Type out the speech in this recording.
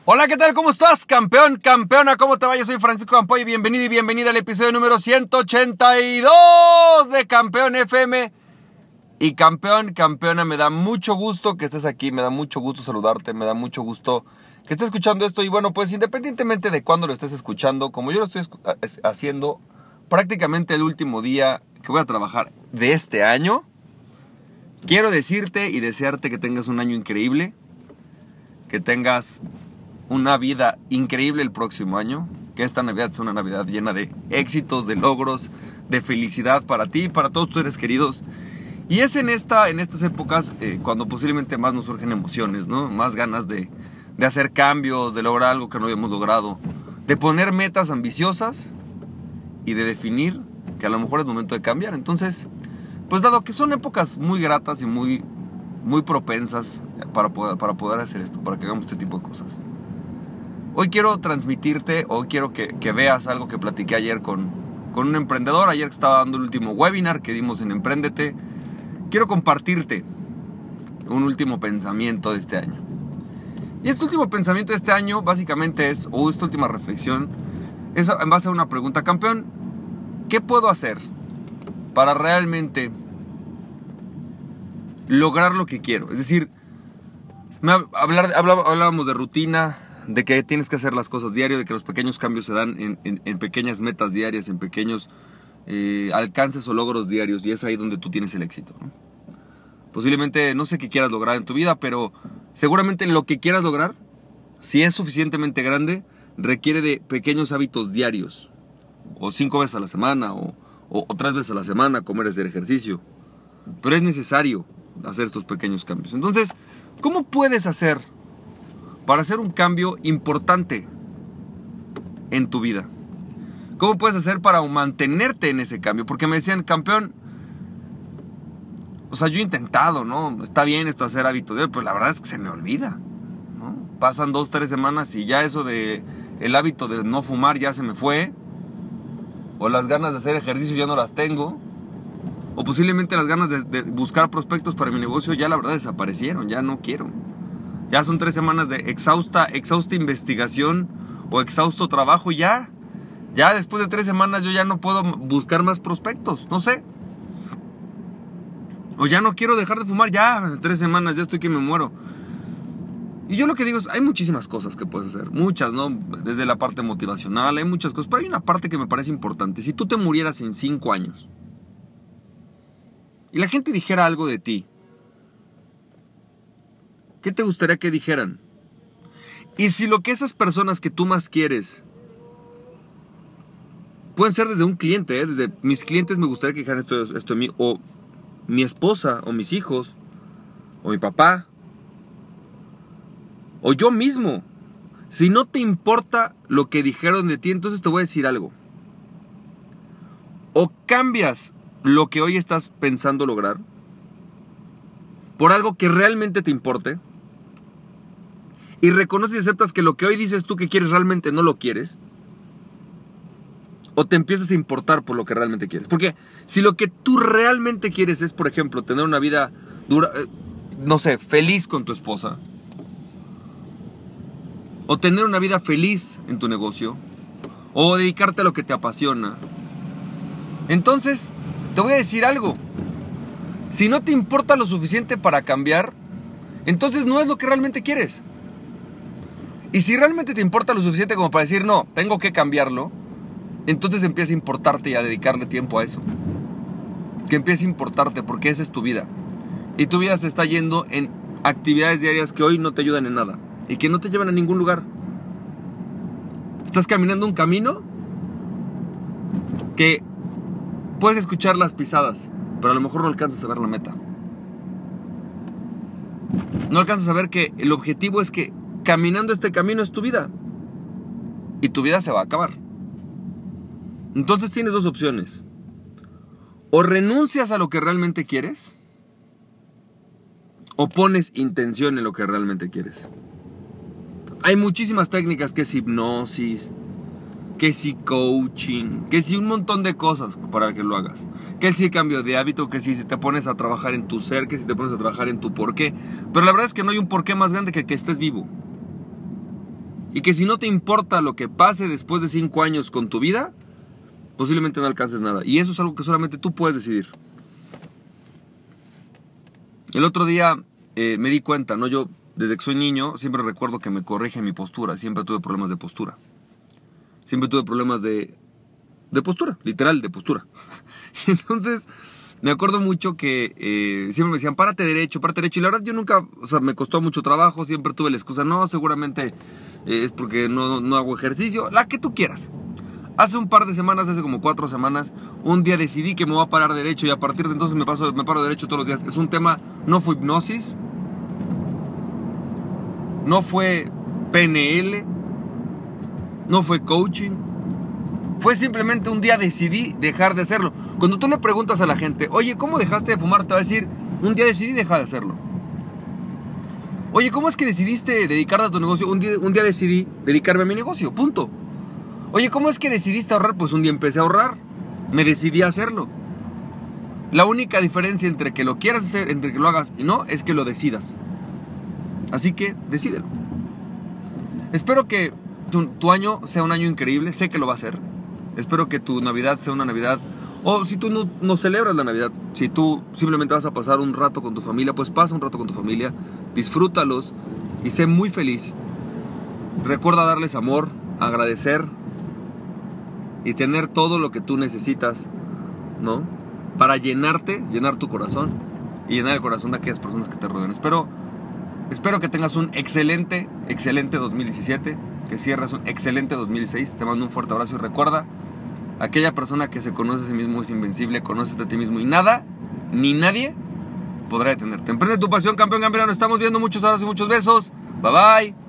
Hola, ¿qué tal? ¿Cómo estás? Campeón, campeona, ¿cómo te va? Yo soy Francisco Campoy, bienvenido y bienvenida al episodio número 182 de Campeón FM. Y campeón, campeona, me da mucho gusto que estés aquí, me da mucho gusto saludarte, me da mucho gusto que estés escuchando esto. Y bueno, pues independientemente de cuándo lo estés escuchando, como yo lo estoy haciendo prácticamente el último día que voy a trabajar de este año, quiero decirte y desearte que tengas un año increíble, que tengas una vida increíble el próximo año, que esta Navidad sea una Navidad llena de éxitos, de logros, de felicidad para ti y para todos tus seres queridos. Y es en estas épocas cuando posiblemente más nos surgen emociones, ¿no? Más ganas de hacer cambios, de lograr algo que no habíamos logrado, de poner metas ambiciosas y de definir que a lo mejor es momento de cambiar. Entonces, pues dado que son épocas muy gratas y muy propensas para poder hacer esto, para que hagamos este tipo de cosas, hoy quiero transmitirte, hoy quiero que veas algo que platiqué ayer con un emprendedor, ayer que estaba dando el último webinar que dimos en Emprendete. Quiero compartirte un último pensamiento de este año. Y este último pensamiento de este año básicamente esta última reflexión, es en base a una pregunta: campeón, ¿qué puedo hacer para realmente lograr lo que quiero? Es decir, hablábamos de rutina, de que tienes que hacer las cosas diario, de que los pequeños cambios se dan en pequeñas metas diarias, en pequeños alcances o logros diarios, y es ahí donde tú tienes el éxito, ¿no? Posiblemente no sé qué quieras lograr en tu vida, pero seguramente lo que quieras lograr, si es suficientemente grande, requiere de pequeños hábitos diarios, o 5 veces a la semana, o 3 veces a la semana, comer, hacer ejercicio. Pero es necesario hacer estos pequeños cambios. Entonces, ¿cómo puedes hacer para hacer un cambio importante en tu vida? ¿Cómo puedes hacer para mantenerte en ese cambio? Porque me decían, campeón, o sea, yo he intentado, ¿no? Está bien esto de hacer hábitos, pero la verdad es que se me olvida, ¿no? Pasan 2, 3 semanas y ya eso de el hábito de no fumar ya se me fue. O las ganas de hacer ejercicio ya no las tengo. O posiblemente las ganas de buscar prospectos para mi negocio ya la verdad desaparecieron, ya no quiero. Ya son 3 semanas de exhausta investigación o exhausto trabajo. Ya después de 3 semanas yo ya no puedo buscar más prospectos, no sé. O ya no quiero dejar de fumar, ya 3 semanas ya estoy que me muero. Y yo lo que digo es, hay muchísimas cosas que puedes hacer, muchas, ¿no? Desde la parte motivacional, hay muchas cosas, pero hay una parte que me parece importante. Si tú te murieras en 5 años y la gente dijera algo de ti, ¿qué te gustaría que dijeran? Y si lo que esas personas que tú más quieres, pueden ser desde un cliente, desde mis clientes me gustaría que dijeran esto de mí, o mi esposa, o mis hijos, o mi papá, o yo mismo. Si no te importa lo que dijeron de ti, entonces te voy a decir algo. O cambias lo que hoy estás pensando lograr por algo que realmente te importe, y reconoces y aceptas que lo que hoy dices tú que quieres realmente no lo quieres, o te empiezas a importar por lo que realmente quieres. Porque si lo que tú realmente quieres es, por ejemplo, tener una vida dura, no sé, feliz con tu esposa, o tener una vida feliz en tu negocio, o dedicarte a lo que te apasiona, entonces te voy a decir algo: si no te importa lo suficiente para cambiar, entonces no es lo que realmente quieres. Y si realmente te importa lo suficiente como para decir, no, tengo que cambiarlo, entonces empieza a importarte y a dedicarle tiempo a eso. Que empiece a importarte, porque esa es tu vida. Y tu vida se está yendo en actividades diarias que hoy no te ayudan en nada y que no te llevan a ningún lugar. Estás caminando un camino que puedes escuchar las pisadas, pero a lo mejor no alcanzas a ver la meta. No alcanzas a ver que el objetivo es que caminando este camino es tu vida. Y tu vida se va a acabar. Entonces tienes 2 opciones. O renuncias a lo que realmente quieres, o pones intención en lo que realmente quieres. Hay muchísimas técnicas, que es hipnosis, que si coaching, que si un montón de cosas para que lo hagas. Que si cambio de hábito, que si te pones a trabajar en tu ser, que si te pones a trabajar en tu porqué. Pero la verdad es que no hay un porqué más grande que estés vivo. Y que si no te importa lo que pase después de 5 años con tu vida, posiblemente no alcances nada. Y eso es algo que solamente tú puedes decidir. El otro día me di cuenta, ¿no? Yo, desde que soy niño, siempre recuerdo que me corrigen mi postura. Siempre tuve problemas de postura. Siempre tuve problemas de postura, literal, de postura. Y entonces, me acuerdo mucho que siempre me decían, párate derecho. Y la verdad yo nunca, o sea, me costó mucho trabajo. Siempre tuve la excusa, no, seguramente es porque no hago ejercicio. La que tú quieras. Hace un par de semanas, hace como 4 semanas, un día decidí que me voy a parar derecho. Y a partir de entonces me paro derecho todos los días. Es un tema, no fue hipnosis, no fue PNL, no fue coaching. Fue simplemente un día decidí dejar de hacerlo. Cuando tú le preguntas a la gente, oye, ¿cómo dejaste de fumar? Te va a decir, un día decidí dejar de hacerlo. Oye, ¿cómo es que decidiste dedicarte a tu negocio? Un día decidí dedicarme a mi negocio, punto. Oye, ¿cómo es que decidiste ahorrar? Pues un día empecé a ahorrar. Me decidí a hacerlo. La única diferencia entre que lo quieras hacer, entre que lo hagas y no, es que lo decidas. Así que, decídelo. Espero que tu año sea un año increíble. Sé que lo va a ser. Espero que tu Navidad sea una Navidad. O si tú no celebras la Navidad, si tú simplemente vas a pasar un rato con tu familia, pues pasa un rato con tu familia, disfrútalos y sé muy feliz. Recuerda darles amor, agradecer y tener todo lo que tú necesitas, ¿no? Para llenar tu corazón y llenar el corazón de aquellas personas que te rodean. Espero que tengas un excelente 2017, que cierres un excelente 2016. Te mando un fuerte abrazo y recuerda, aquella persona que se conoce a sí mismo es invencible, conócete a ti mismo y nada, ni nadie podrá detenerte. Emprende tu pasión, campeón, campeón. Nos estamos viendo. Muchos abrazos y muchos besos. Bye bye.